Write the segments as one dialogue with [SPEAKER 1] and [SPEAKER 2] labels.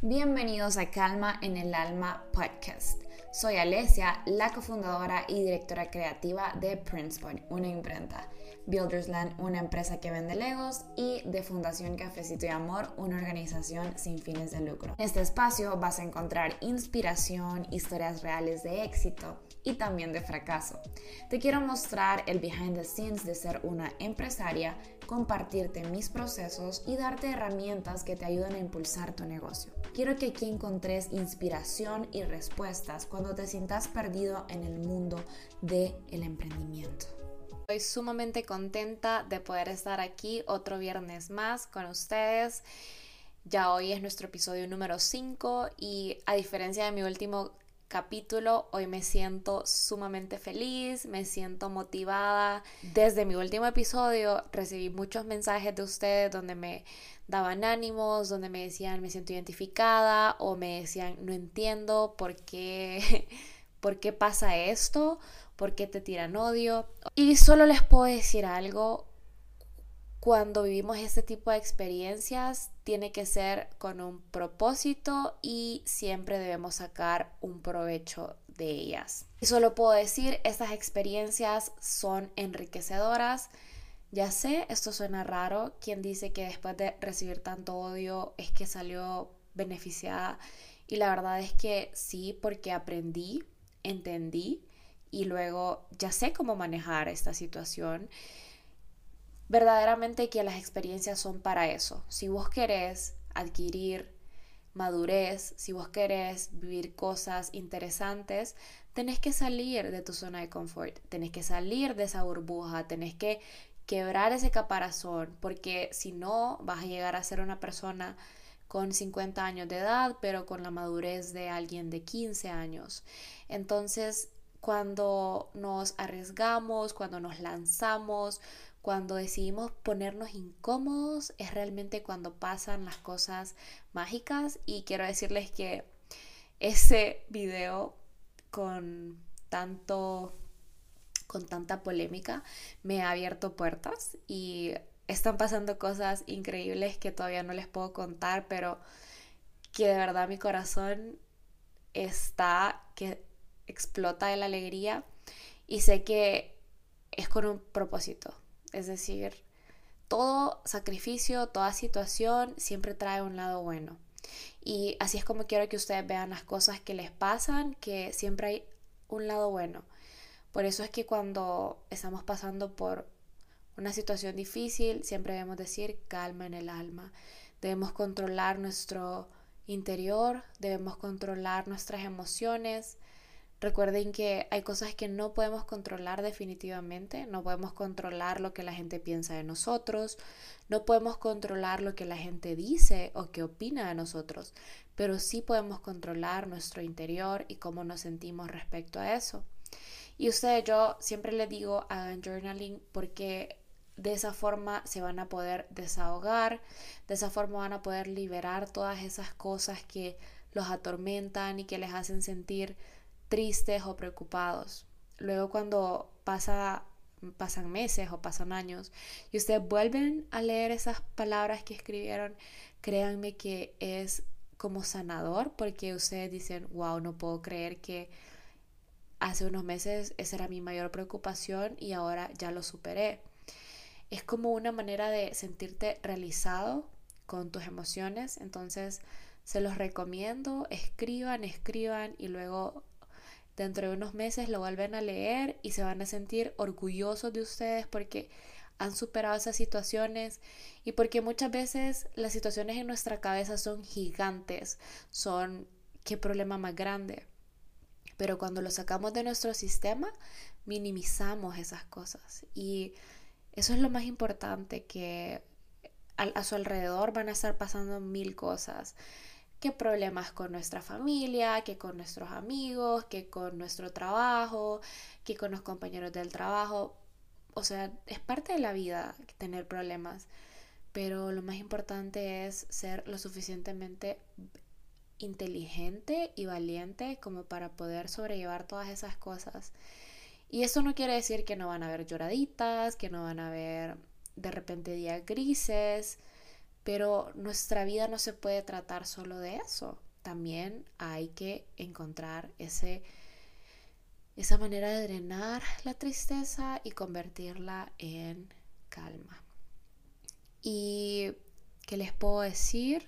[SPEAKER 1] Bienvenidos a Calma en el Alma Podcast. Soy Alesia, la cofundadora y directora creativa de Princepoint, una imprenta, Buildersland, una empresa que vende Legos, y de Fundación Cafecito y Amor, una organización sin fines de lucro. En este espacio vas a encontrar inspiración, historias reales de éxito y también de fracaso. Te quiero mostrar el behind the scenes de ser una empresaria, compartirte mis procesos y darte herramientas que te ayuden a impulsar tu negocio. Quiero que aquí encontres inspiración y respuestas cuando te sientas perdido en el mundo del emprendimiento. Estoy sumamente contenta de poder estar aquí otro viernes más con ustedes. Ya hoy es nuestro episodio número 5 y a diferencia de mi último capítulo, hoy me siento sumamente feliz, me siento motivada. Desde mi último episodio recibí muchos mensajes de ustedes donde me daban ánimos, donde me decían me siento identificada o me decían no entiendo por qué pasa esto, por qué te tiran odio. Y solo les puedo decir algo. Cuando vivimos este tipo de experiencias, tiene que ser con un propósito y siempre debemos sacar un provecho de ellas. Y solo puedo decir, estas experiencias son enriquecedoras. Ya sé, esto suena raro. ¿Quién dice que después de recibir tanto odio es que salió beneficiada? Y la verdad es que sí, porque aprendí, entendí y luego ya sé cómo manejar esta situación. Verdaderamente que las experiencias son para eso. Si vos querés adquirir madurez, si vos querés vivir cosas interesantes, tenés que salir de tu zona de confort, tenés que salir de esa burbuja, tenés que quebrar ese caparazón, porque si no vas a llegar a ser una persona con 50 años de edad, pero con la madurez de alguien de 15 años. Entonces, cuando nos arriesgamos, cuando nos lanzamos, cuando decidimos ponernos incómodos, es realmente cuando pasan las cosas mágicas. Y quiero decirles que ese video con tanto con tanta polémica me ha abierto puertas y están pasando cosas increíbles que todavía no les puedo contar, pero que de verdad mi corazón está que explota de la alegría y sé que es con un propósito. Es decir, todo sacrificio, toda situación siempre trae un lado bueno. Y así es como quiero que ustedes vean las cosas que les pasan, que siempre hay un lado bueno. Por eso es que cuando estamos pasando por una situación difícil, siempre debemos decir calma en el alma. Debemos controlar nuestro interior, debemos controlar nuestras emociones. Recuerden que hay cosas que no podemos controlar definitivamente. No podemos controlar lo que la gente piensa de nosotros. No podemos controlar lo que la gente dice o que opina de nosotros. Pero sí podemos controlar nuestro interior y cómo nos sentimos respecto a eso. Y ustedes, yo siempre les digo, hagan journaling porque de esa forma se van a poder desahogar, de esa forma van a poder liberar todas esas cosas que los atormentan y que les hacen sentir tristes o preocupados. Luego cuando pasan meses o pasan años y ustedes vuelven a leer esas palabras que escribieron, créanme que es como sanador porque ustedes dicen, wow, no puedo creer que hace unos meses esa era mi mayor preocupación y ahora ya lo superé. Es como una manera de sentirte realizado con tus emociones. Entonces se los recomiendo, escriban y luego dentro de unos meses lo vuelven a leer y se van a sentir orgullosos de ustedes porque han superado esas situaciones y porque muchas veces las situaciones en nuestra cabeza son gigantes, son qué problema más grande. Pero cuando lo sacamos de nuestro sistema, minimizamos esas cosas. Y eso es lo más importante, que a su alrededor van a estar pasando mil cosas. Que problemas con nuestra familia, que con nuestros amigos, que con nuestro trabajo, que con los compañeros del trabajo. O sea, es parte de la vida tener problemas. Pero lo más importante es ser lo suficientemente inteligente y valiente como para poder sobrellevar todas esas cosas. Y eso no quiere decir que no van a haber lloraditas, que no van a haber de repente días grises, Pero nuestra vida no se puede tratar solo de eso. También hay que encontrar esa manera de drenar la tristeza y convertirla en calma. ¿Y qué les puedo decir?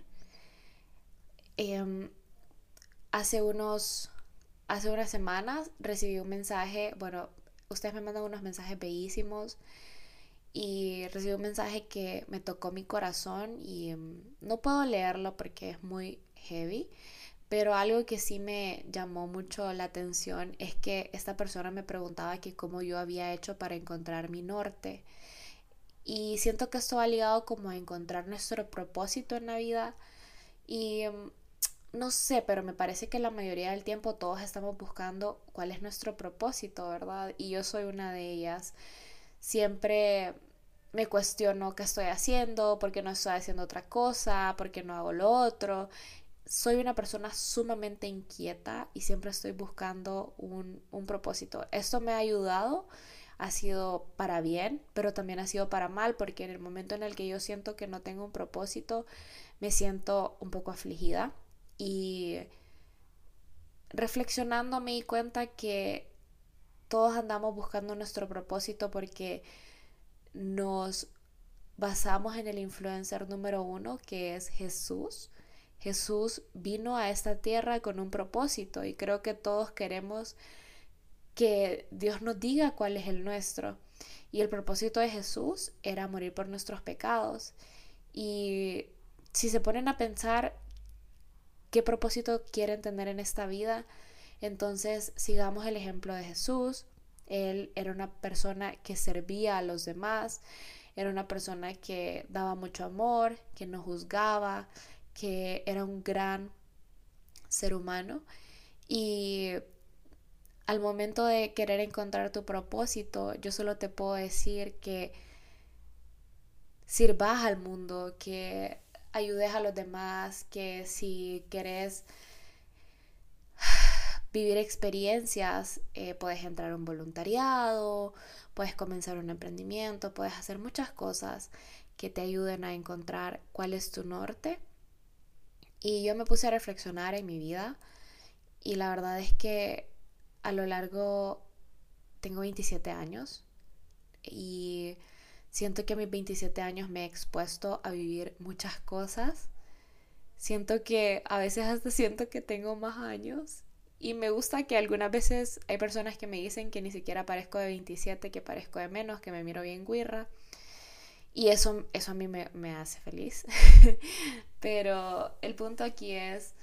[SPEAKER 1] Eh, hace unas semanas recibí un mensaje, bueno, ustedes me mandan unos mensajes bellísimos y recibí un mensaje que me tocó mi corazón y no puedo leerlo porque es muy heavy, pero algo que sí me llamó mucho la atención es que esta persona me preguntaba que cómo yo había hecho para encontrar mi norte. Y siento que esto va ligado como a encontrar nuestro propósito en la vida. Y no sé, pero me parece que la mayoría del tiempo todos estamos buscando cuál es nuestro propósito, ¿verdad? Y yo soy una de ellas. Siempre me cuestiono qué estoy haciendo, por qué no estoy haciendo otra cosa, por qué no hago lo otro. Soy una persona sumamente inquieta y siempre estoy buscando un propósito. Esto me ha ayudado, ha sido para bien, pero también ha sido para mal, porque en el momento en el que yo siento que no tengo un propósito, me siento un poco afligida y reflexionando me di cuenta que todos andamos buscando nuestro propósito porque nos basamos en el influencer número uno, que es Jesús. Jesús vino a esta tierra con un propósito y creo que todos queremos que Dios nos diga cuál es el nuestro. Y el propósito de Jesús era morir por nuestros pecados. Y si se ponen a pensar qué propósito quieren tener en esta vida, entonces sigamos el ejemplo de Jesús. Él era una persona que servía a los demás, era una persona que daba mucho amor, que no juzgaba, que era un gran ser humano. Y al momento de querer encontrar tu propósito, yo solo te puedo decir que sirvas al mundo, que ayudes a los demás, que si querés vivir experiencias, puedes entrar a un voluntariado, puedes comenzar un emprendimiento, puedes hacer muchas cosas que te ayuden a encontrar cuál es tu norte. Y yo me puse a reflexionar en mi vida y la verdad es que a lo largo tengo 27 años y siento que a mis 27 años me he expuesto a vivir muchas cosas. Siento que a veces hasta siento que tengo más años y me gusta que algunas veces hay personas que me dicen que ni siquiera parezco de 27, que parezco de menos, que me miro bien guirra. Y eso a mí me hace feliz. Pero el punto aquí es,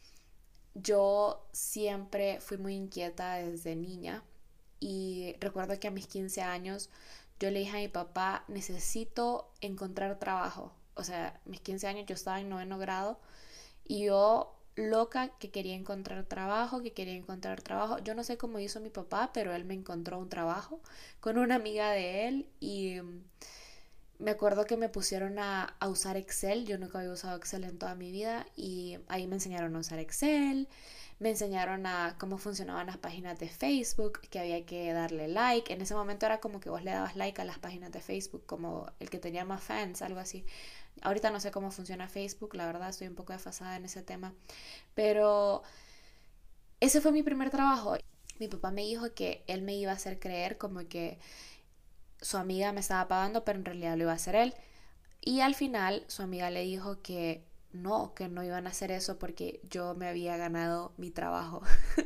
[SPEAKER 1] yo siempre fui muy inquieta desde niña y recuerdo que a mis 15 años yo le dije a mi papá, necesito encontrar trabajo. O sea, mis 15 años yo estaba en noveno grado y yo loca que quería encontrar trabajo, que quería encontrar trabajo. Yo no sé cómo hizo mi papá, pero él me encontró un trabajo con una amiga de él y me acuerdo que me pusieron a usar Excel. Yo nunca había usado Excel en toda mi vida y ahí me enseñaron a usar Excel. Me enseñaron a cómo funcionaban las páginas de Facebook, que había que darle like. En ese momento era como que vos le dabas like a las páginas de Facebook, como el que tenía más fans, algo así. Ahorita no sé cómo funciona Facebook, la verdad estoy un poco desfasada en ese tema. Pero ese fue mi primer trabajo. Mi papá me dijo que él me iba a hacer creer como que su amiga me estaba pagando, pero en realidad lo iba a hacer él. Y al final su amiga le dijo que no iban a hacer eso porque yo me había ganado mi trabajo.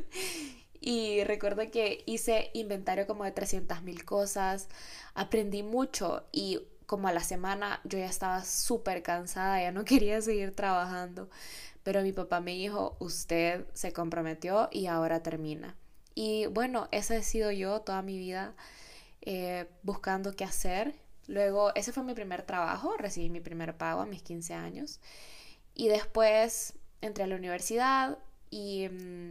[SPEAKER 1] Y recuerdo que hice inventario como de 300,000 cosas, aprendí mucho y como a la semana yo ya estaba súper cansada, ya no quería seguir trabajando. Pero mi papá me dijo, usted se comprometió y ahora termina. Y bueno, esa he sido yo toda mi vida buscando qué hacer. Luego, ese fue mi primer trabajo, recibí mi primer pago a mis 15 años. Y después entré a la universidad y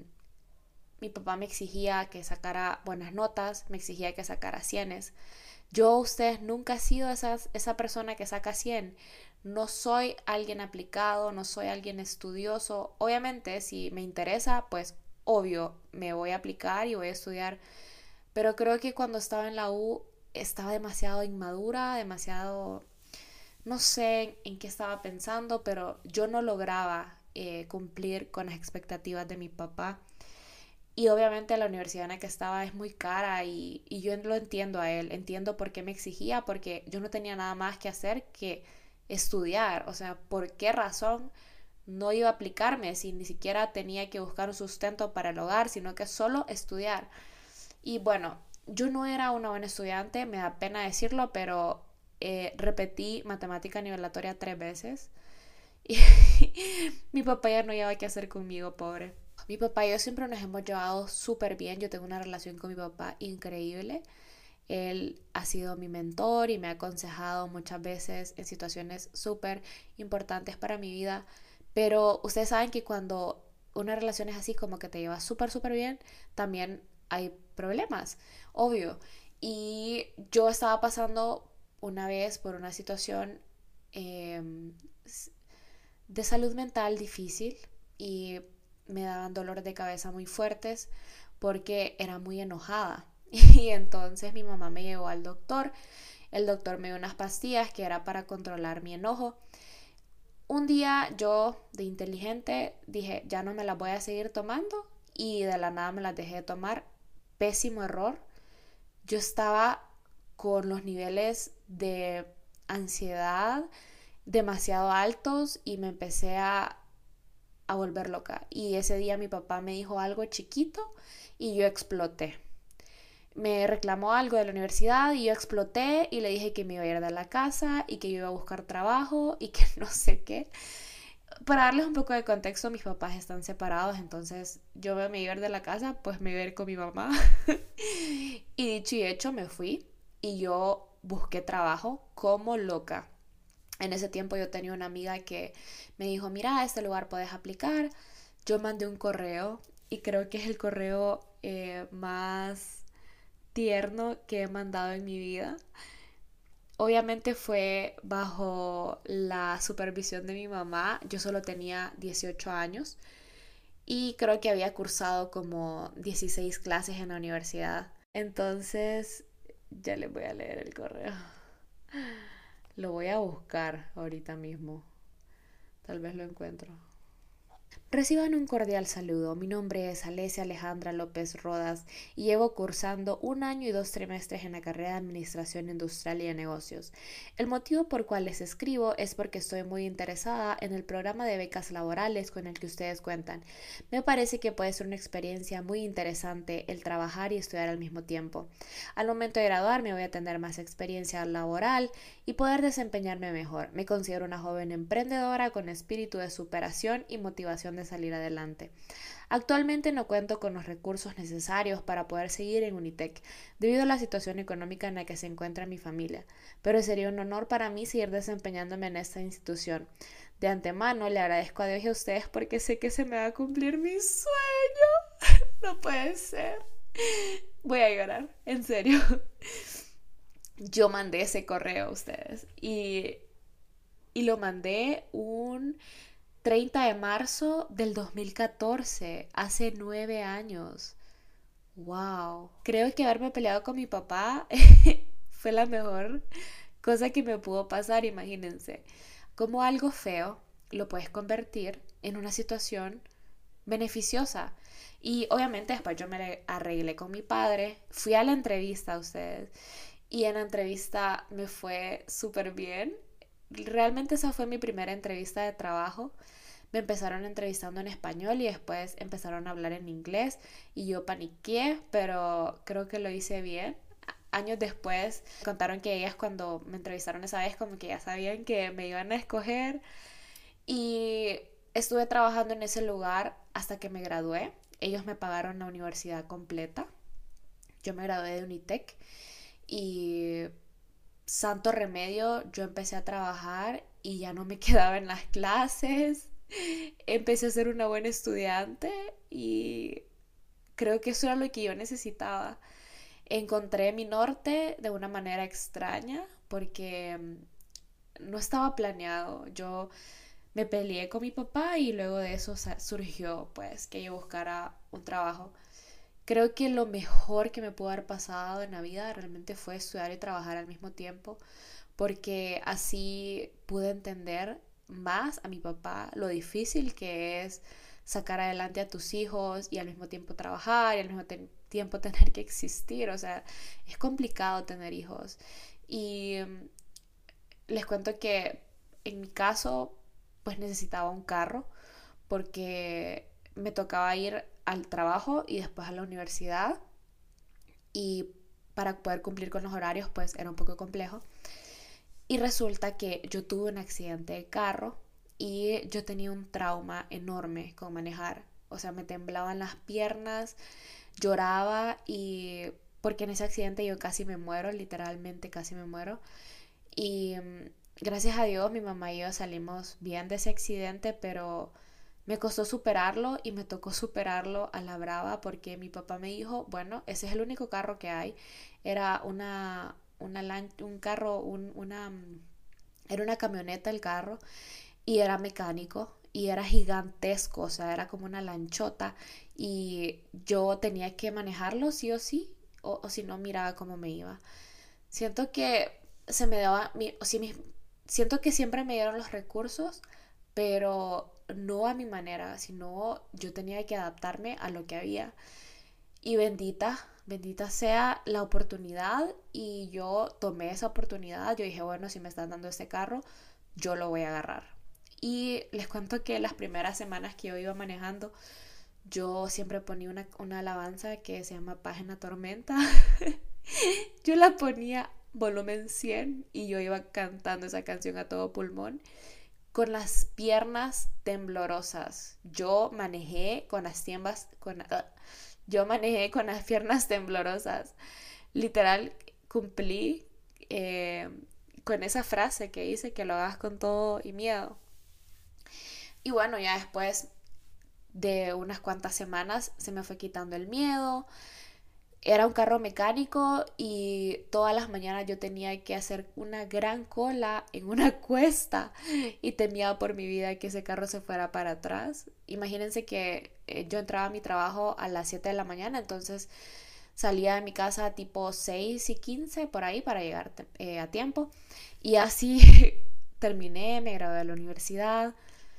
[SPEAKER 1] mi papá me exigía que sacara buenas notas, me exigía que sacara cienes. Yo, ustedes, nunca he sido esa persona que saca 100. No soy alguien aplicado, no soy alguien estudioso. Obviamente, si me interesa, pues obvio, me voy a aplicar y voy a estudiar. Pero creo que cuando estaba en la U estaba demasiado inmadura, demasiado, No sé en qué estaba pensando, pero yo no lograba cumplir con las expectativas de mi papá. Y obviamente la universidad en la que estaba es muy cara y yo lo entiendo a él, entiendo por qué me exigía, porque yo no tenía nada más que hacer que estudiar. O sea, ¿por qué razón no iba a aplicarme si ni siquiera tenía que buscar un sustento para el hogar, sino que solo estudiar? Y bueno, yo no era una buena estudiante, me da pena decirlo, pero repetí matemática nivelatoria 3 veces. Y mi papá ya no sabía qué hacer conmigo, pobre. Mi papá y yo siempre nos hemos llevado súper bien. Yo tengo una relación con mi papá increíble. Él ha sido mi mentor y me ha aconsejado muchas veces en situaciones súper importantes para mi vida. Pero ustedes saben que cuando una relación es así, como que te lleva súper, súper bien, también hay problemas, obvio. Y yo estaba pasando una vez por una situación eh, de salud mental difícil y me daban dolores de cabeza muy fuertes porque era muy enojada. Y entonces mi mamá me llevó al doctor. El doctor me dio unas pastillas que era para controlar mi enojo. Un día yo, de inteligente, dije, ya no me las voy a seguir tomando y de la nada me las dejé de tomar. Pésimo error. Yo estaba con los niveles de ansiedad demasiado altos y me empecé a volver loca. Y ese día mi papá me dijo algo chiquito y yo exploté. Me reclamó algo de la universidad y yo exploté y le dije que me iba a ir de la casa y que yo iba a buscar trabajo y que no sé qué. Para darles un poco de contexto, mis papás están separados, entonces yo me iba a ir de la casa, pues me iba a ir con mi mamá. Y dicho y hecho, me fui y yo busqué trabajo como loca. En ese tiempo yo tenía una amiga que me dijo, mira, a este lugar puedes aplicar. Yo mandé un correo y creo que es el correo más tierno que he mandado en mi vida. Obviamente fue bajo la supervisión de mi mamá. Yo solo tenía 18 años y creo que había cursado como 16 clases en la universidad. Entonces, ya les voy a leer el correo. Lo voy a buscar ahorita mismo. Tal vez lo encuentro. Reciban un cordial saludo. Mi nombre es Alesia Alejandra López Rodas y llevo cursando 1 año y 2 trimestres en la carrera de Administración Industrial y de Negocios. El motivo por cual les escribo es porque estoy muy interesada en el programa de becas laborales con el que ustedes cuentan. Me parece que puede ser una experiencia muy interesante el trabajar y estudiar al mismo tiempo. Al momento de graduarme voy a tener más experiencia laboral y poder desempeñarme mejor. Me considero una joven emprendedora con espíritu de superación y motivación de salir adelante. Actualmente no cuento con los recursos necesarios para poder seguir en Unitec debido a la situación económica en la que se encuentra mi familia, pero sería un honor para mí seguir desempeñándome en esta institución. De antemano le agradezco a Dios y a ustedes porque sé que se me va a cumplir mi sueño. No puede ser. Voy a llorar, en serio. Yo mandé ese correo a ustedes y lo mandé un 30 de marzo del 2014, hace 9 años. Wow. Creo que haberme peleado con mi papá fue la mejor cosa que me pudo pasar, imagínense. Como algo feo lo puedes convertir en una situación beneficiosa. Y obviamente después yo me arreglé con mi padre, fui a la entrevista a ustedes y en la entrevista me fue súper bien. Realmente esa fue mi primera entrevista de trabajo. Me empezaron entrevistando en español y después empezaron a hablar en inglés y yo paniqué, pero creo que lo hice bien. Años después contaron que ellas cuando me entrevistaron esa vez como que ya sabían que me iban a escoger y estuve trabajando en ese lugar hasta que me gradué. Ellos me pagaron la universidad completa. Yo me gradué de Unitec y santo remedio, yo empecé a trabajar y ya no me quedaba en las clases. Empecé a ser una buena estudiante y creo que eso era lo que yo necesitaba. Encontré mi norte de una manera extraña porque no estaba planeado. Yo me peleé con mi papá y luego de eso surgió pues que yo buscara un trabajo. Creo que lo mejor que me pudo haber pasado en la vida realmente fue estudiar y trabajar al mismo tiempo porque así pude entender más a mi papá lo difícil que es sacar adelante a tus hijos y al mismo tiempo trabajar y al mismo tiempo tener que existir. O sea, es complicado tener hijos. Y les cuento que en mi caso, pues necesitaba un carro porque me tocaba ir al trabajo y después a la universidad y para poder cumplir con los horarios pues era un poco complejo. Y resulta que yo tuve un accidente de carro y yo tenía un trauma enorme con manejar. O sea, me temblaban las piernas, lloraba y porque en ese accidente yo casi me muero, literalmente casi me muero. Y gracias a Dios mi mamá y yo salimos bien de ese accidente, pero me costó superarlo y me tocó superarlo a la brava porque mi papá me dijo, bueno, ese es el único carro que hay. Era un carro, era una camioneta el carro y era mecánico y era gigantesco, o sea, era como una lanchota y yo tenía que manejarlo sí o sí, o si no miraba cómo me iba. Siento que se me daba, o sea, siento que siempre me dieron los recursos, pero no a mi manera, sino yo tenía que adaptarme a lo que había. Y bendita sea la oportunidad y yo tomé esa oportunidad. Yo dije, bueno, si me están dando este carro, yo lo voy a agarrar. Y les cuento que las primeras semanas que yo iba manejando, yo siempre ponía una alabanza que se llama Paz en la Tormenta. Yo la ponía volumen 100 y yo iba cantando esa canción a todo pulmón con las piernas temblorosas. Yo manejé con las piernas temblorosas. Literal cumplí con esa frase que dice que lo hagas con todo y miedo. Y bueno, ya después de unas cuantas semanas se me fue quitando el miedo. Era un carro mecánico y todas las mañanas yo tenía que hacer una gran cola en una cuesta y temía por mi vida que ese carro se fuera para atrás. Imagínense que yo entraba a mi trabajo a las 7 de la mañana, entonces salía de mi casa tipo 6:15 por ahí para llegar a tiempo. Y así terminé, me gradué de la universidad.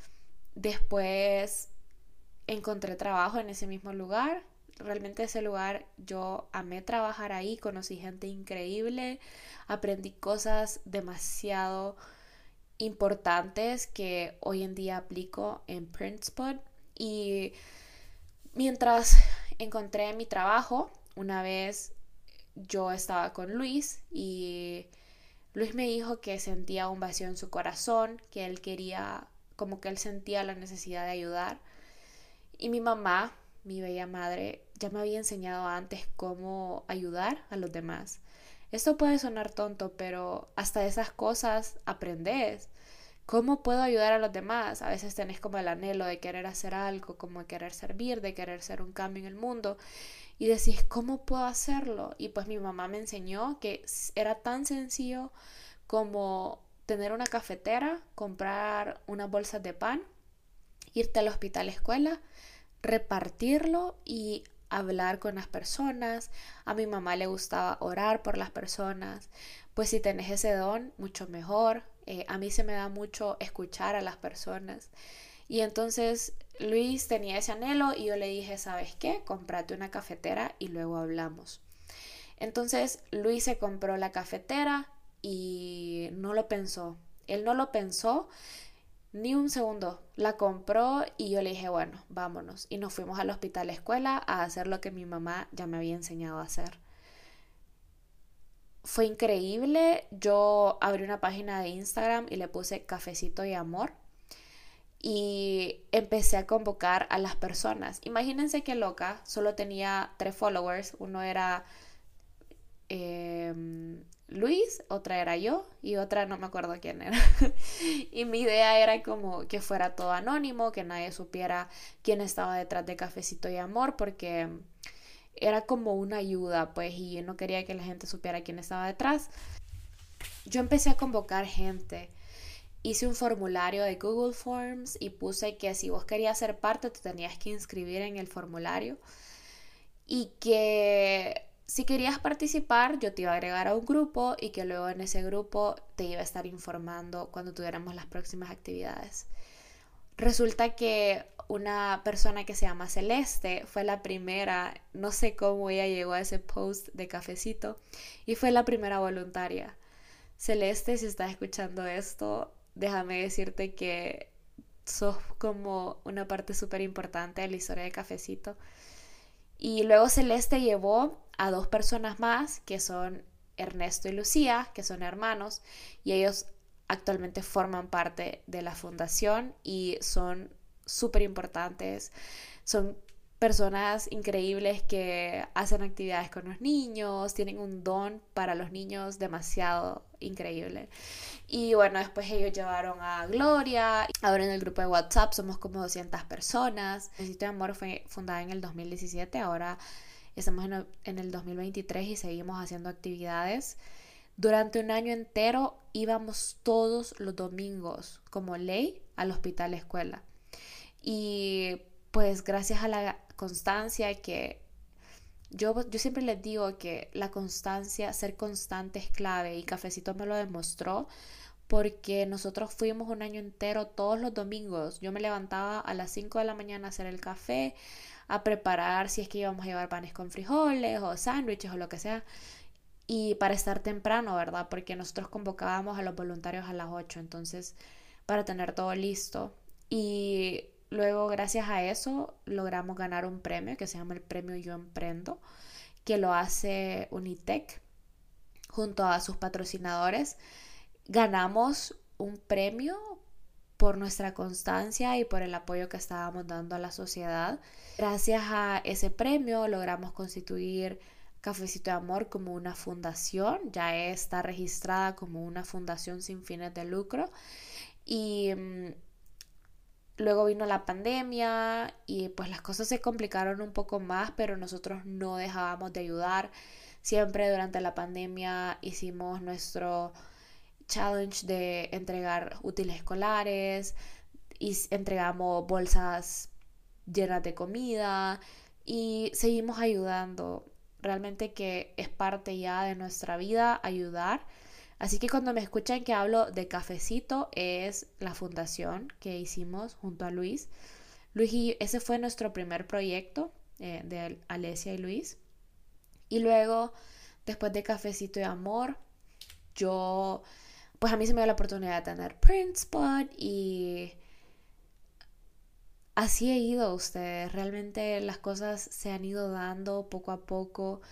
[SPEAKER 1] Después encontré trabajo en ese mismo lugar. Realmente ese lugar yo amé trabajar ahí, conocí gente increíble, aprendí cosas demasiado importantes que hoy en día aplico en Printspot. Y mientras encontré mi trabajo, una vez yo estaba con Luis y Luis me dijo que sentía un vacío en su corazón, que él quería, como que él sentía la necesidad de ayudar. Y mi mamá, mi bella madre, ya me había enseñado antes cómo ayudar a los demás. Esto puede sonar tonto, pero hasta esas cosas aprendes. ¿Cómo puedo ayudar a los demás? A veces tenés como el anhelo de querer hacer algo, como de querer servir, de querer ser un cambio en el mundo. Y decís, ¿cómo puedo hacerlo? Y pues mi mamá me enseñó que era tan sencillo como tener una cafetera, comprar unas bolsas de pan, irte al hospital escuela, repartirlo y hablar con las personas. A mi mamá le gustaba orar por las personas. Pues si tenés ese don, mucho mejor. A mí se me da mucho escuchar a las personas. Y entonces Luis tenía ese anhelo y yo le dije, ¿sabes qué? Cómprate una cafetera y luego hablamos. Entonces Luis se compró la cafetera y no lo pensó. Él no lo pensó ni un segundo. La compró y yo le dije, bueno, vámonos. Y nos fuimos al hospital escuela a hacer lo que mi mamá ya me había enseñado a hacer. Fue increíble. Yo abrí una página de Instagram y le puse Cafecito y Amor. Y empecé a convocar a las personas. Imagínense qué loca. Solo tenía 3 followers. Uno era Luis, otra era yo y otra no me acuerdo quién era. Y mi idea era como que fuera todo anónimo, que nadie supiera quién estaba detrás de Cafecito y Amor, porque era como una ayuda, pues, y yo no quería que la gente supiera quién estaba detrás. Yo empecé a convocar gente. Hice un formulario de Google Forms y puse que si vos querías ser parte te tenías que inscribir en el formulario y que si querías participar, yo te iba a agregar a un grupo y que luego en ese grupo te iba a estar informando cuando tuviéramos las próximas actividades. Resulta que una persona que se llama Celeste fue la primera, no sé cómo ella llegó a ese post de Cafecito, y fue la primera voluntaria. Celeste, si estás escuchando esto, déjame decirte que sos como una parte súper importante de la historia de Cafecito. Y luego Celeste llevó a dos personas más, que son Ernesto y Lucía, que son hermanos, y ellos actualmente forman parte de la fundación y son súper importantes. Son personas increíbles que hacen actividades con los niños, tienen un don para los niños demasiado increíble. Y bueno, después ellos llevaron a Gloria. Ahora en el grupo de WhatsApp somos como 200 personas. Necesito de Amor fue fundada en el 2017, ahora estamos en el 2023 y seguimos haciendo actividades. Durante un año entero íbamos todos los domingos, como ley, al hospital escuela. Y pues gracias a la constancia que yo siempre les digo que la constancia, ser constante es clave y Cafecito me lo demostró porque nosotros fuimos un año entero todos los domingos. Yo me levantaba a las 5 de la mañana a hacer el café, a preparar si es que íbamos a llevar panes con frijoles o sándwiches o lo que sea. Y para estar temprano, ¿verdad? Porque nosotros convocábamos a los voluntarios a las 8, entonces para tener todo listo. Y luego, gracias a eso, logramos ganar un premio que se llama el Premio Yo Emprendo, que lo hace Unitec junto a sus patrocinadores. Ganamos un premio por nuestra constancia y por el apoyo que estábamos dando a la sociedad. Gracias a ese premio logramos constituir Cafecito de Amor como una fundación, ya está registrada como una fundación sin fines de lucro y luego vino la pandemia y pues las cosas se complicaron un poco más, pero nosotros no dejábamos de ayudar. Siempre durante la pandemia hicimos nuestro challenge de entregar útiles escolares y entregamos bolsas llenas de comida y seguimos ayudando. Realmente que es parte ya de nuestra vida ayudar. Así que cuando me escuchan que hablo de Cafecito es la fundación que hicimos junto a Luis. Luis y ese fue nuestro primer proyecto de Alesia y Luis. Y luego, después de Cafecito y Amor, yo, pues a mí se me dio la oportunidad de tener Print Spot y así he ido ustedes. Realmente las cosas se han ido dando poco a poco.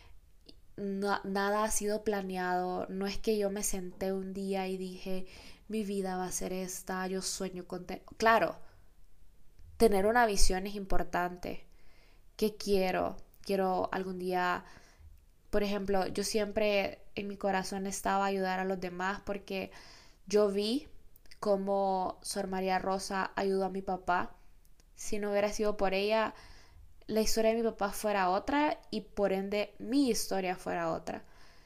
[SPEAKER 1] No, nada ha sido planeado. No es que yo me senté un día y dije, mi vida va a ser esta, yo sueño con... Claro, tener una visión es importante. ¿Qué quiero? Quiero algún día, por ejemplo, yo siempre en mi corazón estaba ayudar a los demás porque yo vi cómo Sor María Rosa ayudó a mi papá. Si no hubiera sido por ella, la historia de mi papá fuera otra y por ende mi historia fuera otra.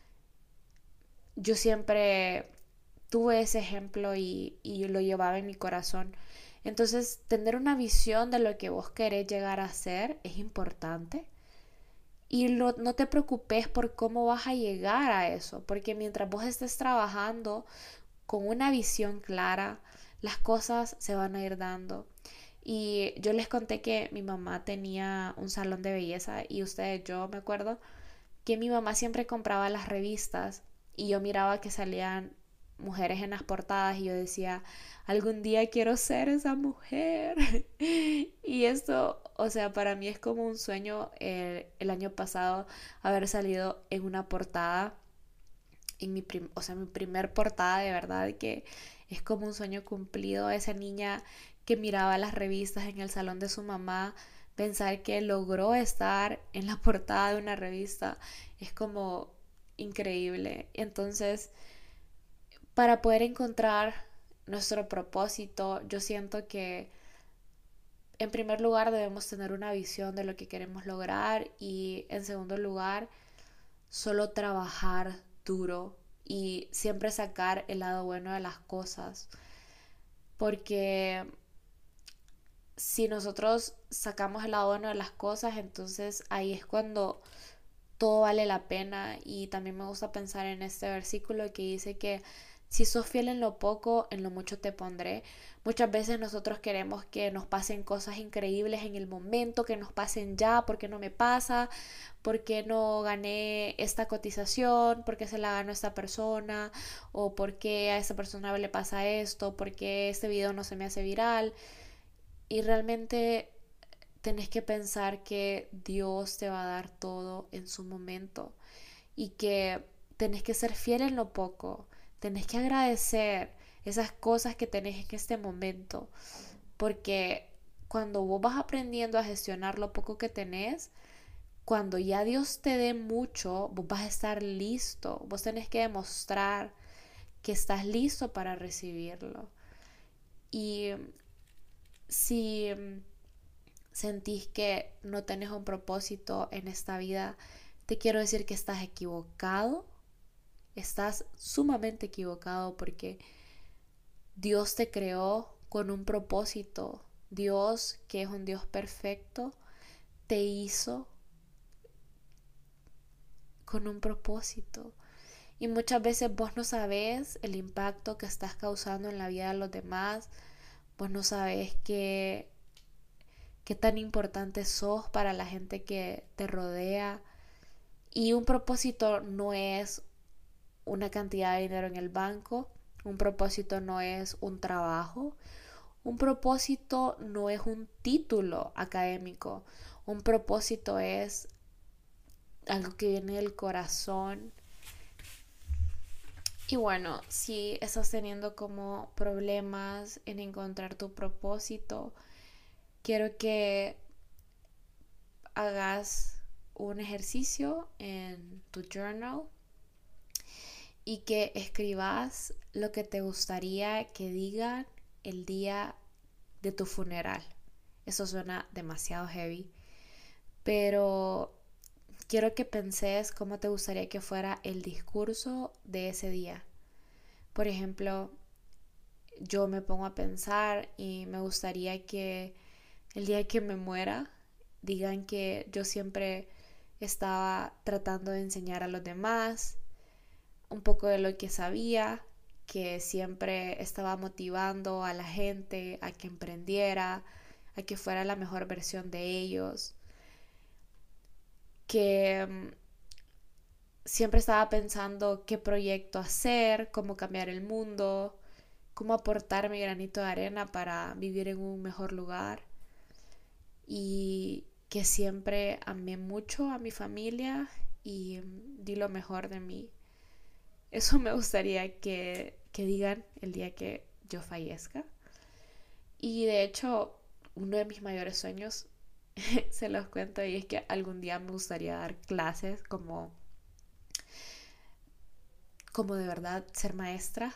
[SPEAKER 1] Yo siempre tuve ese ejemplo y lo llevaba en mi corazón. Entonces, tener una visión de lo que vos querés llegar a ser es importante. Y no te preocupes por cómo vas a llegar a eso, porque mientras vos estés trabajando con una visión clara, las cosas se van a ir dando. Y yo les conté que mi mamá tenía un salón de belleza y ustedes, yo me acuerdo que mi mamá siempre compraba las revistas y yo miraba que salían mujeres en las portadas y yo decía, algún día quiero ser esa mujer. Y esto, o sea, para mí es como un sueño el año pasado haber salido en una portada, en o sea, mi primer portada de verdad que es como un sueño cumplido. Esa niña que miraba las revistas en el salón de su mamá, pensar que logró estar en la portada de una revista, es como increíble. Entonces, para poder encontrar nuestro propósito, yo siento que en primer lugar debemos tener una visión de lo que queremos lograr y en segundo lugar solo trabajar duro y siempre sacar el lado bueno de las cosas, porque si nosotros sacamos el lado bueno de las cosas, entonces ahí es cuando todo vale la pena. Y también me gusta pensar en este versículo que dice que si sos fiel en lo poco, en lo mucho te pondré. Muchas veces nosotros queremos que nos pasen cosas increíbles en el momento, que nos pasen ya. ¿Por qué no me pasa? ¿Por qué no gané esta cotización? ¿Por qué se la ganó esta persona? ¿O por qué a esta persona le pasa esto? ¿Por qué este video no se me hace viral? Y realmente tenés que pensar que Dios te va a dar todo en su momento y que tenés que ser fiel en lo poco, tenés que agradecer esas cosas que tenés en este momento, porque cuando vos vas aprendiendo a gestionar lo poco que tenés, cuando ya Dios te dé mucho, vos vas a estar listo, vos tenés que demostrar que estás listo para recibirlo. Y si sentís que no tenés un propósito en esta vida, te quiero decir que estás equivocado, estás sumamente equivocado porque Dios te creó con un propósito. Dios, que es un Dios perfecto, te hizo con un propósito. Y muchas veces vos no sabes el impacto que estás causando en la vida de los demás, vos no sabes qué tan importante sos para la gente que te rodea. Y un propósito no es una cantidad de dinero en el banco, un propósito no es un trabajo, un propósito no es un título académico, un propósito es algo que viene del corazón. Y bueno, si estás teniendo como problemas en encontrar tu propósito, quiero que hagas un ejercicio en tu journal y que escribas lo que te gustaría que digan el día de tu funeral. Eso suena demasiado heavy, pero quiero que penses cómo te gustaría que fuera el discurso de ese día. Por ejemplo, yo me pongo a pensar y me gustaría que el día que me muera digan que yo siempre estaba tratando de enseñar a los demás un poco de lo que sabía, que siempre estaba motivando a la gente a que emprendiera, a que fuera la mejor versión de ellos, que siempre estaba pensando qué proyecto hacer, cómo cambiar el mundo, cómo aportar mi granito de arena para vivir en un mejor lugar y que siempre amé mucho a mi familia y di lo mejor de mí. Eso me gustaría que digan el día que yo fallezca. Y de hecho, uno de mis mayores sueños, se los cuento, y es que algún día me gustaría dar clases como de verdad ser maestra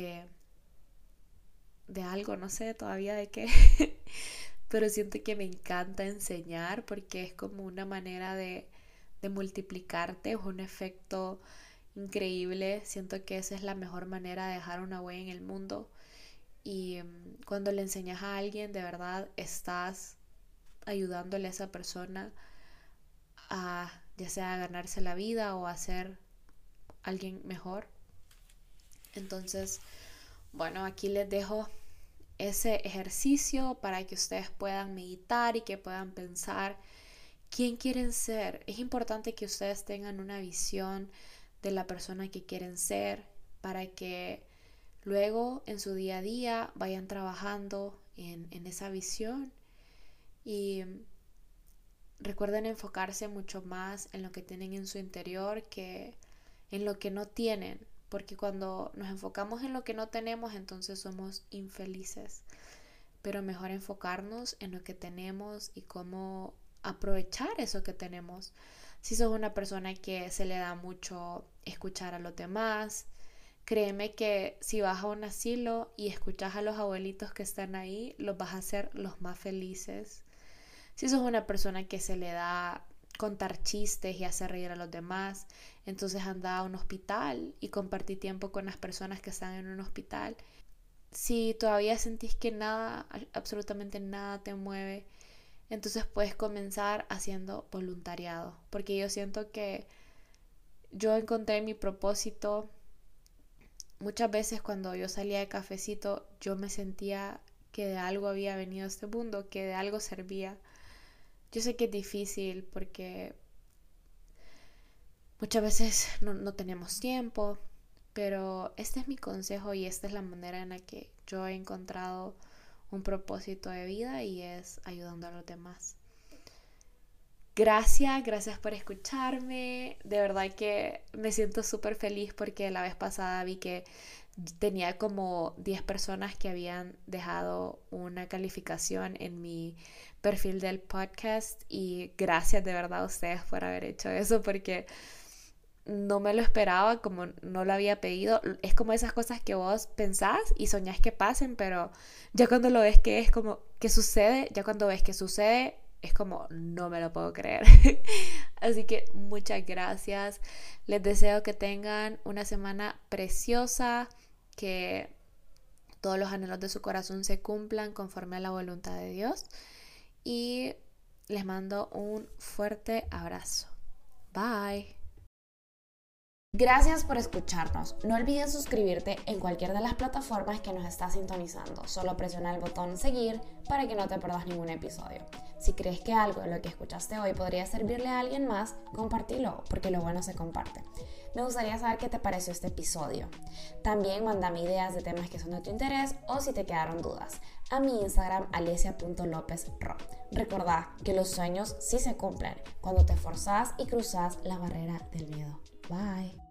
[SPEAKER 1] de algo, no sé todavía de qué, pero siento que me encanta enseñar porque es como una manera de multiplicarte, es un efecto increíble, siento que esa es la mejor manera de dejar una huella en el mundo y cuando le enseñas a alguien de verdad estás ayudándole a esa persona a ya sea a ganarse la vida o a ser alguien mejor. Entonces, bueno, aquí les dejo ese ejercicio para que ustedes puedan meditar y que puedan pensar quién quieren ser. Es importante que ustedes tengan una visión de la persona que quieren ser para que luego en su día a día vayan trabajando en esa visión y recuerden enfocarse mucho más en lo que tienen en su interior que en lo que no tienen, porque cuando nos enfocamos en lo que no tenemos entonces somos infelices, pero mejor enfocarnos en lo que tenemos y cómo aprovechar eso que tenemos. Si sos una persona que se le da mucho escuchar a los demás, créeme que si vas a un asilo y escuchas a los abuelitos que están ahí, los vas a hacer los más felices. Si sos una persona que se le da contar chistes y hacer reír a los demás, entonces anda a un hospital y compartí tiempo con las personas que están en un hospital. Si todavía sentís que nada, absolutamente nada te mueve, Entonces puedes comenzar haciendo voluntariado, porque yo siento que yo encontré mi propósito. Muchas veces cuando yo salía de cafecito, yo me sentía que de algo había venido a este mundo, que de algo servía. Yo sé que es difícil porque muchas veces no tenemos tiempo, pero este es mi consejo y esta es la manera en la que yo he encontrado un propósito de vida y es ayudando a los demás. Gracias por escucharme. De verdad que me siento súper feliz porque la vez pasada vi que tenía como 10 personas que habían dejado una calificación en mi perfil del podcast y gracias de verdad a ustedes por haber hecho eso porque no me lo esperaba, como no lo había pedido. Es como esas cosas que vos pensás y soñás que pasen, pero ya cuando lo ves que es como que sucede, ya cuando ves que sucede, es como no me lo puedo creer. Así que muchas gracias. Les deseo que tengan una semana preciosa, que todos los anhelos de su corazón se cumplan conforme a la voluntad de Dios. Y les mando un fuerte abrazo. Bye.
[SPEAKER 2] Gracias por escucharnos. No olvides suscribirte en cualquier de las plataformas que nos estás sintonizando. Solo presiona el botón seguir para que no te pierdas ningún episodio. Si crees que algo de lo que escuchaste hoy podría servirle a alguien más, compártelo, porque lo bueno se comparte. Me gustaría saber qué te pareció este episodio. También mándame ideas de temas que son de tu interés o si te quedaron dudas a mi Instagram alesia.lopezro. Recordá que los sueños sí se cumplen cuando te esforzás y cruzás la barrera del miedo. Bye.